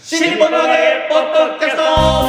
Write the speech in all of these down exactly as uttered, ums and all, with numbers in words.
新日本の揚げポッドキャスト。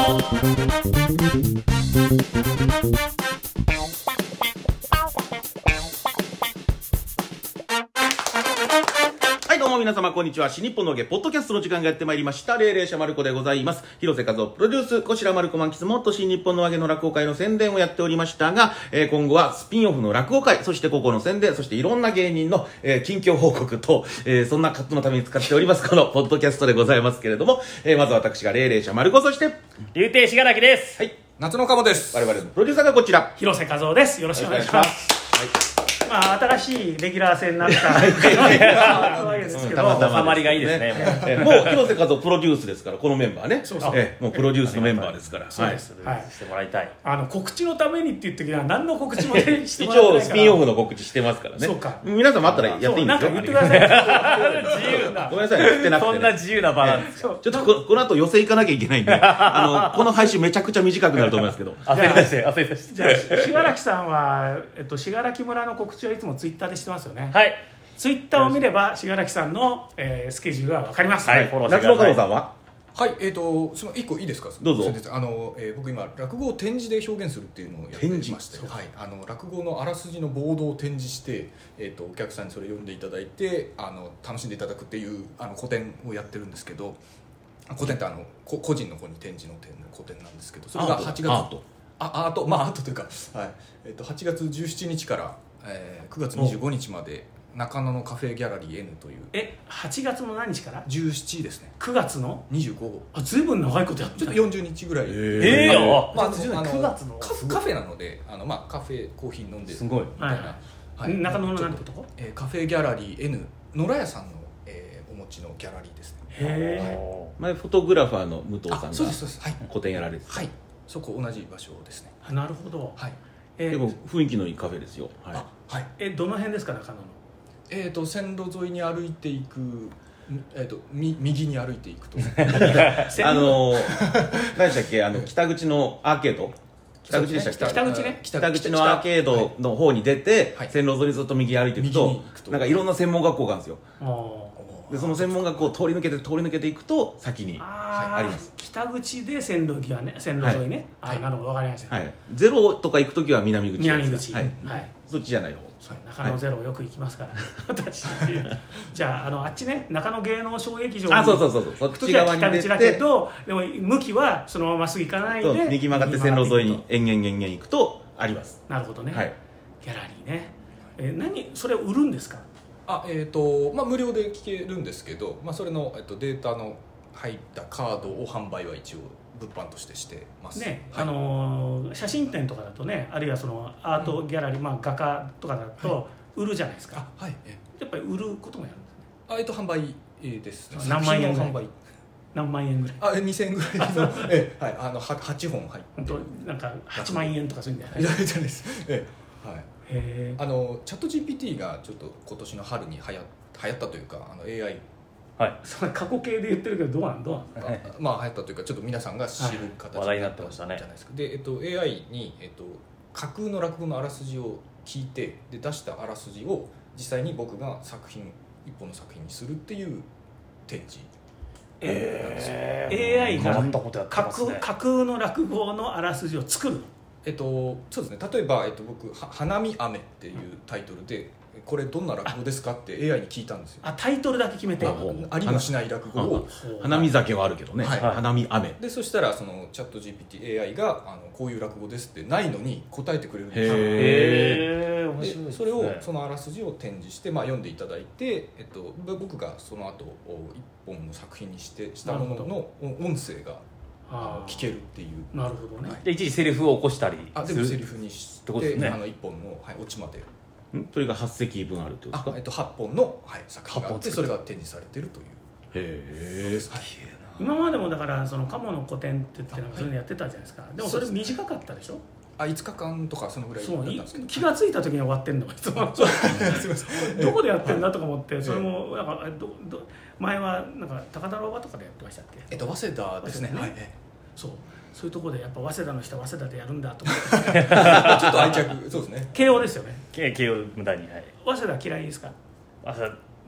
はい、どうも皆様こんにちは。新日本の揚げポッドキャストの時間がやってまいりました。霊霊者まる子でございます。広瀬和夫プロデュース、こちらまる子満喫もっと新日本の揚げの落語会の宣伝をやっておりましたが、えー、今後はスピンオフの落語会、そしてここの宣伝、そしていろんな芸人の、えー、近況報告と、えー、そんな活動のために使っておりますこのポッドキャストでございますけれども、えー、まず私が霊霊者まる子、そして竜亭しがらきです。 はい、 夏の鴨です。 我々のプロデューサーがこちら、 広瀬和夫です。よろしくお願いします。まあ、新しいレギュラー戦になったわけですけど、 たまりがいいですね。 えもう広瀬和夫プロデュースですから、このメンバーね。そうそう、えもうプロデュースのメンバーですから。 そうです。してもらいたい。 あの告知のためにって言ってきたら何の告知もしてもらってないから。 一応スピンオフの告知してますからね。 そうか。 皆さんもあったらやっていいんですよ。 なんか言ってください。 自由な。 ごめんなさい、言ってなくて。 そんな自由な場なんですか。 ちょっとここの後寄せ行かなきゃいけないんで、あのこの配信めちゃくちゃ短くなると思いますけど。 焦り出して焦り出して。 じゃあ信楽さんはえっと信楽村の告知はいつもツイッターでしてますよね。 はい。 ツイッターを見れば信楽さんの、えー、スケジュールがわかります。 はい。フォローしてください。 夏の加藤さんは？ はい、えーと、すみません、いっこいいですか。 どうぞ。 あの、えー、僕今落語を展示で表現するっていうのをやってまして、はい、あの落語のあらすじのボードを展示して、えーと、お客さんにそれを読んでいただいて、あの楽しんでいただくっていうあの個展をやってるんですけど、個展ってあのこ個人の方に展示の展の個展なんですけど、それがはちがつ、 アートあアートまあアートというか、はい、えーとはちがつじゅうしちにちから、えー、くがつにじゅうごにちまで中野のカフェギャラリー N という。 え、はちがつの何日から？ じゅうしちですね。 くがつのにじゅうご。 あ、ずいぶん長いことやってる。 ちょっとよんじゅうにちぐらい。 ええよ。 まあ、あのくがつのカフカフェなので、あのまあカフェコーヒー飲んですごいみたいな。 はい。中野のなんてとこ？ えー、カフェギャラリー N 野良屋さんの、えー、お持ちのギャラリーですね。 へえ。 前フォトグラファーの武藤さんがそうですそうです、はい、 個展やられてた。 はい。そこ同じ場所ですね。 なるほど。 はい。 えー、 でも雰囲気のいいカフェですよ。はい。 あ、はい。 え、どの辺ですか中野の？ えーと線路沿いに歩いていく。えーとみ右に歩いていくと。 あの何でしたっけ、あの北口のアーケード。北口でしたっけ？ 北口ね。 北口のアーケードの方に出て、 はい、 線路沿いにずっと右に歩いていくと、なんかいろんな専門学校があるんですよ。でその専門学校を通り抜けて通り抜けていくと先にあります。 北口で線路際ね、線路沿いね。はい、あ、なるほど、わかりました。 はい。ゼロとか行くときは南口。 南口。 はい。 はい。 そっちじゃない方。 中野ゼロよく行きますから。私。じゃあ、あのあっちね、中野芸能小劇場。 あ、そうそうそうそう。そっち側に出て。 北口だけど、でも向きはそのまままっすぐ行かないで。 右曲がって線路沿いに延々延々行くとあります。 なるほどね。 はい。 ギャラリーね。え、何それを売るんですか？ あ、えーとまあ、無料で聞けるんですけど、まあ、それの、えっと、データの入ったカードを販売は一応物販としてしてますね。 はい、 あのー、写真展とかだとね、あるいはそのアートギャラリー、うん、まあ、画家とかだと売るじゃないですか、 はい、 やっぱり売ることもやるんですね。 あ、えっと、販売です。 何万円ぐらい？ 販売何万円ぐらい？ あ、にせんえんぐらいのえ、はい、あのはちほん入って本当なんかはちまんえんとかするんじゃない？ いや、じゃないです。え、はい。 へあのチャット ジーピーティー がちょっと今年の春に流行流行ったというか、あの エーアイ、 はい、 それ過去形で言ってるけどどうなんどうなん、 はい、まあ流行ったというかちょっと皆さんが知る形話題になってましたね。 じゃないですか。で、えっと エーアイ にえっと架空の落語のあらすじを聞いて、で出したあらすじを実際に僕が作品一本の作品にするっていう展示。 えー、エーアイ が架空、架空の落語のあらすじを作るの？ えっと、そうですね。例えば、えっと、僕は「花見雨」っていうタイトルで、これどんな落語ですかって エーアイ に聞いたんですよ。 あ、タイトルだけ決めて、 あ, ありもしない落語を。 花見酒はあるけどね、はい、花見雨で、そしたらそのチャット ジーピーティーエーアイ があのこういう落語ですってないのに答えてくれるんですよ。 へえ、面白いですね。 でそれをそのあらすじを展示して、まあ、読んでいただいて、えっと、僕がその後一本の作品にしてしたものの音声が聞けるっていう。 なるほどね。 で、一時セリフを起こしたりあ、でもセリフにして、ね、あの一本の、はい、オチまで。 それがはちせきぶんあるってことですか？ あ、えっと、はっぽんの、はい、作品があって、それが展示されているという。 へえ、 今までもだからその鴨の古典って言ってなんかそういうのやってたじゃないですか。でもそれ短かったでしょ？ あ、いつかかんとかそのぐらいだったんですけど、 気がついた時に終わってんのがいつもどこでやってんだとか思って、それもなんかどど前はなんか高田馬場とかでやってましたっけ？ えっと早稲田ですね。はい。 そう。そういうところでやっぱ早稲田の人は早稲田でやるんだと思ってちょっと愛着。そうですね。 慶応ですよね。 慶応無駄に、はい、 早稲田嫌いですか？ 早稲田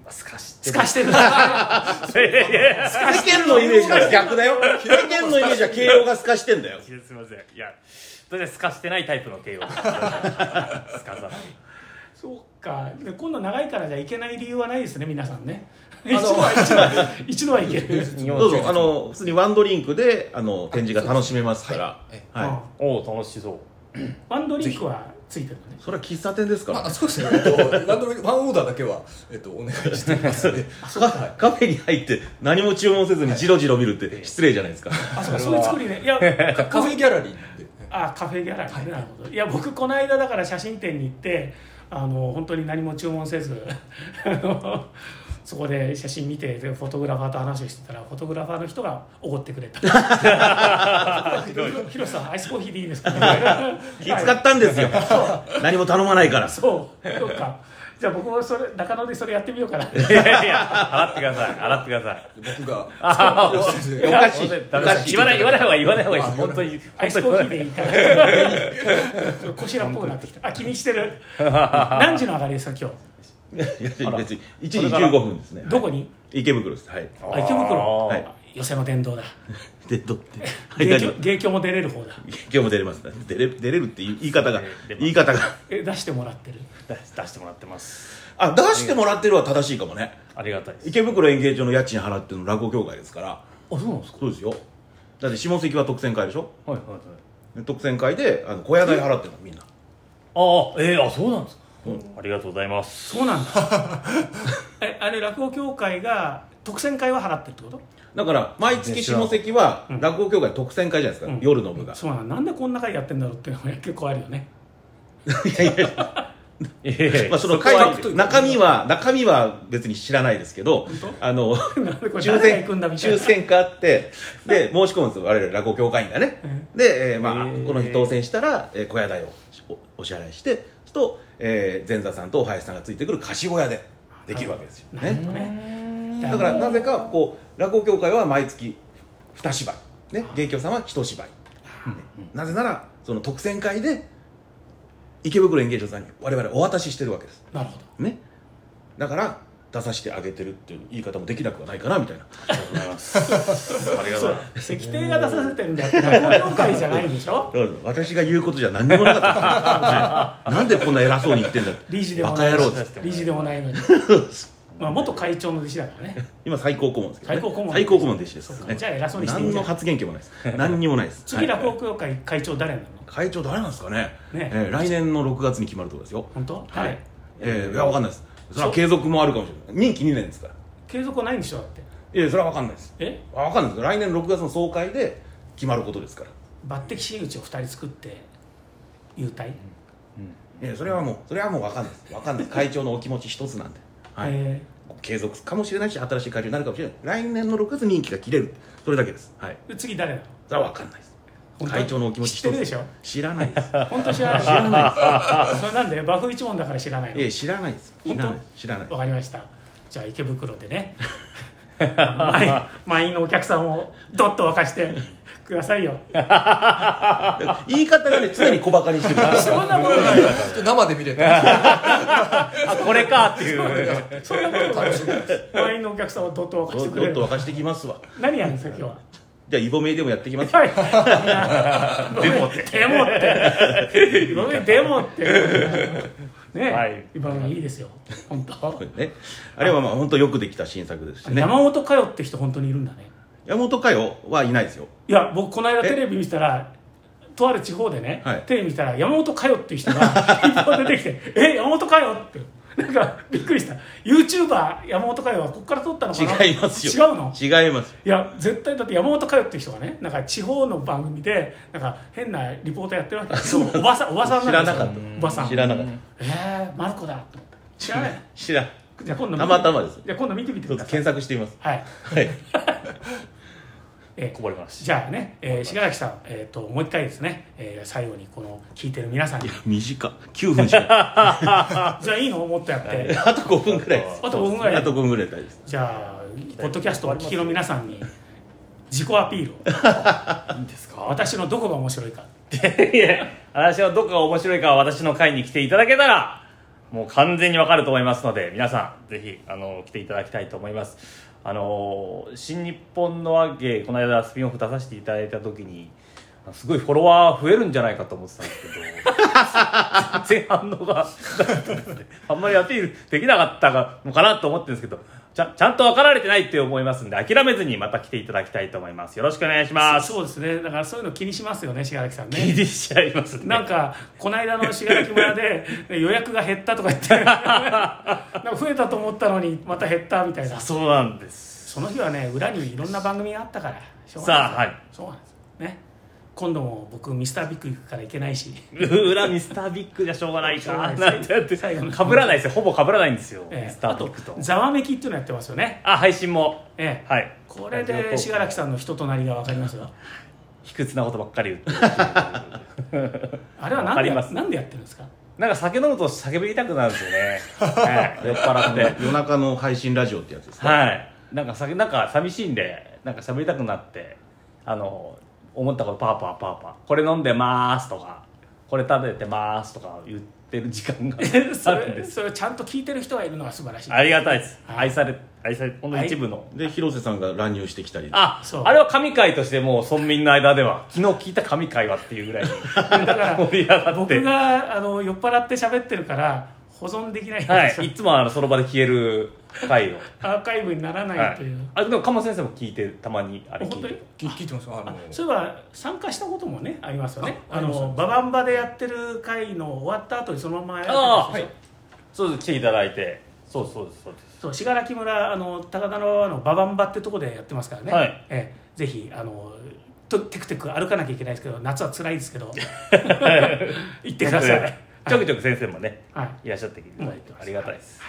すかしてすかしてるいやいや世間のイメージが逆だよ。世間のイメージは慶応がすかしてんだよ。 すみません。いや、とりあえずすかしてないタイプの慶応です。すかさない。 そうか。で今度長いからじゃいけない理由はないですね、皆さんね。一度は一度は一度はいける。 どうぞ、あの普通にワンドリンクであの展示が楽しめますから。 はいはおお、楽しそう。 ワンドリンクはついてるのねい。。それは喫茶店ですからあ、。そうですね。えっと、ワンドリワンオーダーだけは、えっと、お願いしていますね。 カカフェに入って何も注文せずにジロジロ見るって失礼じゃないですか。 あ、そうか、そういう作りね。いや、 カフェギャラリーで。 あ、カフェギャラリーね、なるほど。いや、僕この間だから写真展に行ってあの本当に何も注文せずあのそこで写真見てでフォトグラファーと話をしてたらフォトグラファーの人がおごってくれた広瀬さんアイスコーヒーでいいですかね気使ったんですよ。何も頼まないから。 そうそうか。じゃあ僕もそれ中野でそれやってみようかな。 いやいや、払ってください。払ってください。 僕が。 あおかしい。おかしい。 言わない、言わない方がいい、言わない方がいいです。本当に。 アイスコーヒーでいいからこしらっぽくなってきた。あ、気にしてる。何時の上がりですか今日。 いや別にいちじじゅうごふんですね。 どこに？ 池袋です。はい。 あ、池袋。 はい。 寄せの殿堂だ。 でどって芸協芸協も出れる方だ。 今日も出れます。出れ出れるっていう言い方が言い方がえ、出してもらってる。 出出してもらってます。 あ出してもらってるは正しいかもね。 ありがたいです。 池袋演芸場の家賃払ってるの落語協会ですから。 あ、そうなんですか。 そうですよ。だって下関は特選会でしょ。 はいはいはい。 で特選会であの小屋代払ってるのみんな。 ああ、ええあ、そうなんですか。ありがとうございます。 そうなんだ。え、あれ落語協会が特選会は払ってるってこと？ だから毎月下関は落語協会特選会じゃないですか、 うん夜の部が。 そうなんだ。なんでこんな会やってんだろうっていうのが結構あるよね。 いやいやええまあその会そこは中身は中身は別に知らないですけど、あのなんでこれ抽選誰が行くんだみたいな。 抽選があってで申し込むんですよ我々落語協会員がね。で、えーまあへーこの日当選したら、えー小屋代をおお支払いしてと、えー前座さんとお囃子さんがついてくる貸し小屋でできるわけですよなるほね。 どね。 だからなぜかこう落語協会は毎月に芝居ね、芸協さんは一芝居、ね、なぜならその特選会で池袋演芸場さんに我々お渡ししてるわけですなるほど。 ね。だから出させてあげてるっていう言い方もできなくはないかなみたいな。 ありがとうございます。ありがとうございます。 石庭が出させてるんだって落語協会じゃないんでしょ。 だから私が言うことじゃ何にもなかったです、ね、なんでこんな偉そうに言ってんだって理事でもバカない野郎です。 理事でもないのに。まあ元会長の弟子だからね。 今最高顧問ですけど、ね、 最高顧問最高顧問弟子ですそうかじゃあ偉そうにしていいんじゃん何の発言権もないです何にもないです次落はい語協会会長誰なの？ 会長誰なんですかね。 ねえー来年のろくがつに決まるところですよ。 本当？ はい誰？ えー、いやわかんないです。それは継続もあるかもしれない。任期にねんですから。 継続はないんでしょだって。 いやそれはわかんないです。 え？ わかんないです。来年のろくがつの総会で決まることですから。 抜擢真打ちをふたり作って優待。 いやそれはもうそれはもうわかんないです。わかんないです。会長のお気持ち一つなんで。はい。 え継続かもしれないし新しい会長になるかもしれない。来年のろくがつ任期が切れる。それだけです。はい。 ーで次誰なの？ それはわかんないです。 本当会長のお気持ち一つ。 知ってるでしょ？ 知らないです。 本当知らない。知らない。それなんでバフ一問だから知らないの？ いや知らないです。知本当らない。知らない。 わかりました。じゃあ池袋でね満員満員のお客さんをどっと沸かしてくださいよ。 言い方がね常に小馬鹿にしてる。 そんなことないよ。 生で見れてあ、これかっていう。 そんなことない。満員のお客さんをどっと沸かしてくれるどっと沸かしてきますわ。 何やるんですか今日は。 じゃあイボメイでもやってきます。 はい。デモってデモってごめんデモってね、 はい、 今のいいですよ本当。 ね、あれはまあ本当よくできた新作ですしね。 山本佳代って人本当にいるんだね。 山本佳代はいないですよ。 いや僕この間テレビ見てたらとある地方でね、 はいテレビ見たら山本佳代っていう人が一本出てきて「え山本佳代?」ってなんかびっくりした。 YouTuber 山本佳代はここから撮ったのかな。 違いますよ。 違うの？ 違います。 いや絶対だって山本佳代っていう人がねなんか地方の番組でなんか変なリポーターやってるわけですよ。おばさんおばさんなんですよ。 知らなかったおばさん知らなかった。 えー、マルコだと思った知らない。 知らん。 じゃあ今度見てたまたまです。 じゃあ今度見てみてちょっとください。 検索してみます。 はい。 はい。 えーこぼれました。 じゃあね、えー、信楽さん、えー、ともう一回ですね、えー、最後にこの聞いてる皆さんにいや短っきゅうふんしか。 じゃあいいのもっとやってあとごふんぐらいです。 あとごふんぐらいあとごふんぐらい大丈夫です。 じゃあポッドキャストをお聞きの皆さんに自己アピールをいいですか。 私のどこが面白いか。 いや、私はどこが面白いかは私の会に来ていただけたらもう完全にわかると思いますので、皆さんぜひあの来ていただきたいと思います。あの新日本の揚げ、この間スピンオフ出させていただいた時にすごいフォロワー増えるんじゃないかと思ってたんですけど全然反応がなかったですね。あんまりアピールできなかったのかなと思ってるんですけど、ちゃ, ちゃんと分かられてないって思いますんで、諦めずにまた来ていただきたいと思います。よろしくお願いします。 そうですね、だからそういうの気にしますよね、信楽さんね。 気にしちゃいますね。 なんかこの間の信楽村で予約が減ったとか言ってなんか増えたと思ったのにまた減ったみたいな。 そうなんです。 その日はね、裏にいろんな番組があったからしょうがないですよ。 さあ、はい、 そうなんですね。今度も僕ミスタービッグ行くから行けないし裏ミスタービッグじゃしょうがないかなんてやって最後の被らないですよ。ほぼ被らないんですよ、 ええ、 ミスタービッグと。 あとざわめきっていうのやってますよね。 あ、配信も、 ええ、 はい、 これで信楽さんの人となりが分かりますよ。 卑屈なことばっかり言ってるあれはなんでなんでやってるんですか。 なんか酒飲むと叫びたくなるんですよね、はい、酔っ払って夜中の配信ラジオってやつですか。 はい、なんか酒なんか寂しいんでなんか喋りたくなって、あの思ったことパーパーパーパーこれ飲んでまーすとかこれ食べてまーすとか言ってる時間がそあるんです。 れそれをちゃんと聞いてる人がいるのが素晴らしい。 ありがたいです、 はい、 愛され愛されほんの一部の、 で広瀬さんが乱入してきたり。 あ、 そうあれは神回としてもう村民の間では昨日聞いた神回はっていうぐらいにだから盛り上がって僕があの酔っ払って喋ってるから保存できないんですよ、 はい、いつもあのその場で消える回をアーカイブにならないという、 はい、あでも鴨先生も聞いてたまにあれ聞い本当にて聞聞いてます。あのそういえば参加したこともねありますよね。ああありますのババンバでやってる回の終わった後にそのままやってああ、 るんですよ。 そうです、来ていただいて、そうですそうですそうですそう、信楽村あの高田ののババンバってとこでやってますからね、 はい、 ええ、ぜひあのとテクテク歩かなきゃいけないですけど夏は辛いですけど行ってください。 ちょくちょく先生もね、 はい、 いらっしゃっていただいてありがたいです。 はい、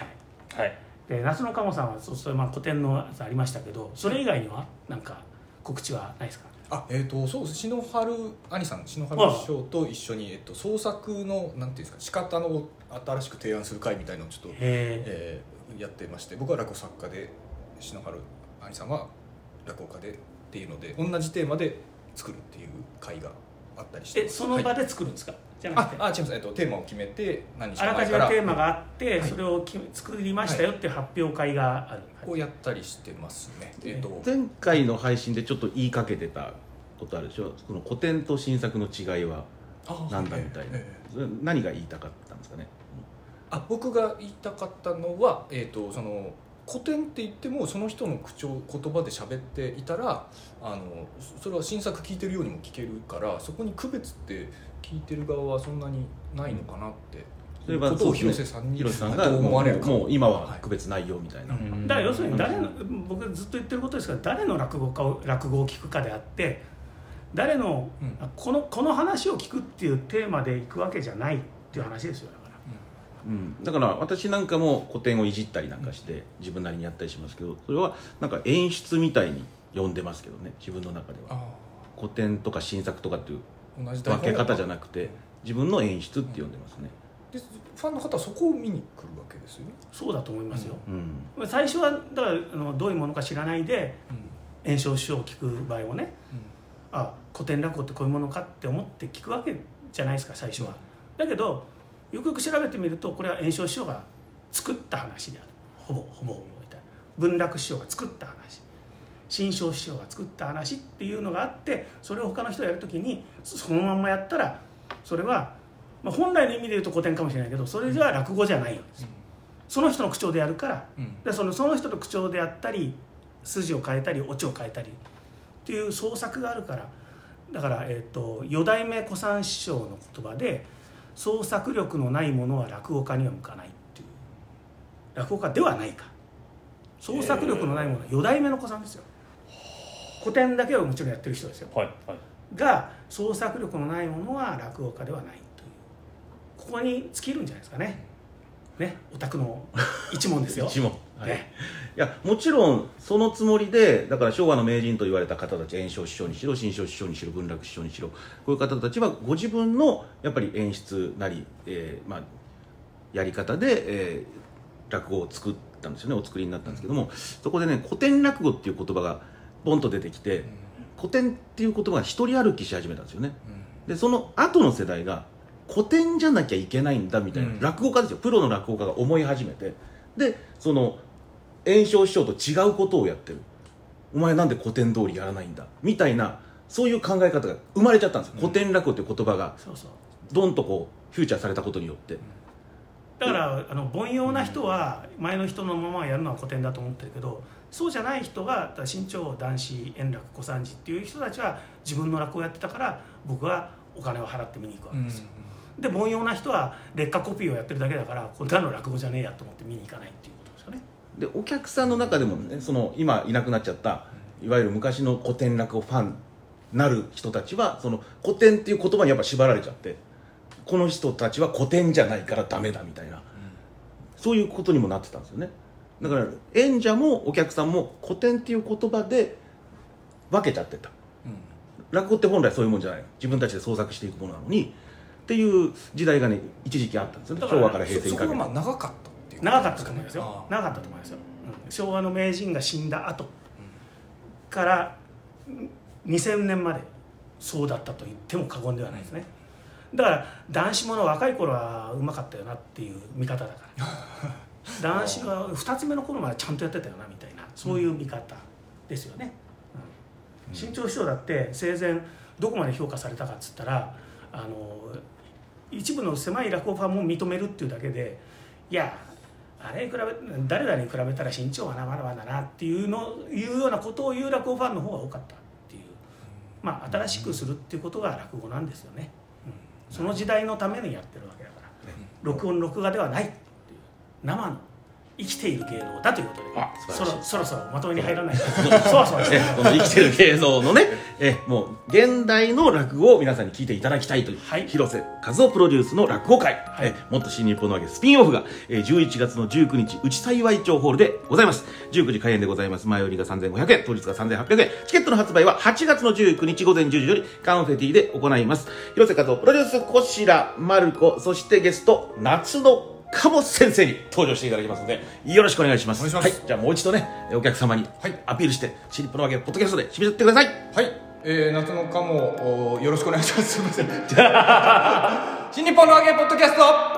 はい、 で夏の鴨さんはそうそう、まあ、古典のやつありましたけど、それ以外には何か告知はないですか。 あえー、とそうです。篠原兄さん、篠原師匠と一緒に、えっと、創作のなんていうんですか、仕方の新しく提案する会みたいなのをちょっと、えー、やってまして、僕は落語作家で篠原兄さんは落語家でっていうので同じテーマで作るっていう会があったりして。 えその場で作るんですか、はい、じゃなくてああ違います、えっと、テーマを決めて何日あらかか前からじめテーマがあって、 はい、 それを決め作りましたよっていう発表会がある、 こうやったりしてますね。えっと、 前回の配信でちょっと言いかけてたことあるでしょ。その古典と新作の違いはなんだみたいな、ええええ、何が言いたかったんですかね。 あ僕が言いたかったのは、えー、とその古典って言ってもその人の口調言葉で喋っていたらあのそれは新作聞いてるようにも聞けるから、そこに区別って聞いてる側はそんなにないのかなって、 そういえばことを広瀬さんに広瀬さんがどう思われるかもう今は区別ないよみたいな、 はい、だから要するに誰の、僕ずっと言ってることですが、誰の落語家を落語を聞くかであって、誰の、うん、このこの話を聞くっていうテーマでいくわけじゃないっていう話ですよ。だからうん、だから私なんかも古典をいじったりなんかして自分なりにやったりしますけど、それはなんか演出みたいに呼んでますけどね、自分の中では。古典とか新作とかっていう分け方じゃなくて自分の演出って呼んでますね。 でファンの方はそこを見に来るわけですよね。 そうだと思いますよ、 うん、 最初はだからあのどういうものか知らないで圓生師匠を聞く場合はね、うん、あ古典落語ってこういうものかって思って聞くわけじゃないですか最初は、うん、だけどよくよく調べてみるとこれは圓生師匠が作った話である、ほぼほぼみたいな、文楽師匠が作った話、新章師匠が作った話っていうのがあって、それを他の人がやるときにそのまんまやったらそれは、まあ、本来の意味で言うと古典かもしれないけど、それじゃ落語じゃないよ、うん、その人の口調でやるから、うん、でそのその人の口調であったり筋を変えたりオチを変えたりっていう創作があるから、だから、えーと、四代目小三師匠の言葉で創作力のないものは落語家には向かないっていう、落語家ではないか、創作力のないものは四代目の小三ですよ。古典だけをもちろんやってる人ですよ、 はいはい、が創作力のないものは落語家ではないという、ここに尽きるんじゃないですかね。ね、オタクの一問ですよ一問、はい、 ね、 いやもちろんそのつもりで、だから昭和の名人と言われた方たち、圓生師匠にしろ新章師匠にしろ文楽師匠にしろ、こういう方たちはご自分のやっぱり演出なり、えーまあ、やり方で、えー、落語を作ったんですよね、お作りになったんですけども、そこでね古典落語っていう言葉がボンと出てきて、古典っていう言葉が一人歩きし始めたんですよね。でその後の世代が古典じゃなきゃいけないんだみたいな、うん、落語家ですよ、プロの落語家が思い始めて、でその圓生師匠と違うことをやってる、お前なんで古典通りやらないんだみたいな、そういう考え方が生まれちゃったんですよ、うん、古典落語という言葉がドンとこうフューチャーされたことによって。 だからあの凡庸な人は前の人のままやるのは古典だと思ってるけど、そうじゃない人が新潮、談志、円楽、小三治っていう人たちは自分の落語をやってたから僕はお金を払って見に行くわけですよ、うん、で凡庸な人は劣化コピーをやってるだけだからこれがの落語じゃねえやと思って見に行かないっていうことですよね。 でお客さんの中でもね、その今いなくなっちゃったいわゆる昔の古典落語ファンなる人たちはその古典っていう言葉にやっぱ縛られちゃって、この人たちは古典じゃないからダメだみたいな、うん、そういうことにもなってたんですよね。だから演者もお客さんも古典っていう言葉で分けちゃってた、うん、落語って本来そういうもんじゃない、自分たちで創作していくものなのにっていう時代がね一時期あったんですよね。昭和から平成にかけて。 そこがまあ長かったっていう、 長かったと思いますよ。長かったと思いますよ、うん、昭和の名人が死んだ後からにせんねんまでそうだったと言っても過言ではないですね。だから談志もの若い頃はうまかったよなっていう見方だから談志はふたつめの頃までちゃんとやってたよなみたいな、そういう見方ですよね、うん、新潮師匠だって生前どこまで評価されたかっつったら、あの一部の狭い落語ファンも認めるっていうだけで、いやあれに比べ誰々に比べたら新潮はなまだまだなっていうのいうようなことを言う落語ファンの方が多かったっていう、まあ新しくするっていうことが落語なんですよね、うん、その時代のためにやってるわけだから、録音録画ではないっていう生の生きている芸能だということで、 あそろそろそろまとめに入らないとそうそうね、この生きてる芸能のねえもう現代の落語を皆さんに聞いていただきたいという、はい、広瀬和夫プロデュースの落語会、はい、えもっと新日本のわけスピンオフがえじゅういちがつのじゅうくにち内幸町ホールでございます。じゅうくじ開演でございます。前売りがさんぜんごひゃくえん、当日がさんぜんはっぴゃくえん、チケットの発売ははちがつのじゅうくにち午前じゅうじよりカンフェティで行います。広瀬和夫プロデュース小白丸子、そしてゲスト夏の鴨先生に登場していただきますのでよろしくお願いします。 お願いします。 はい、じゃあもう一度ねお客様にアピールして、はい、新日本のわけポッドキャストで締めてってください。 はい、えー、夏の鴨よろしくお願いします。すみません新日本のわけポッドキャスト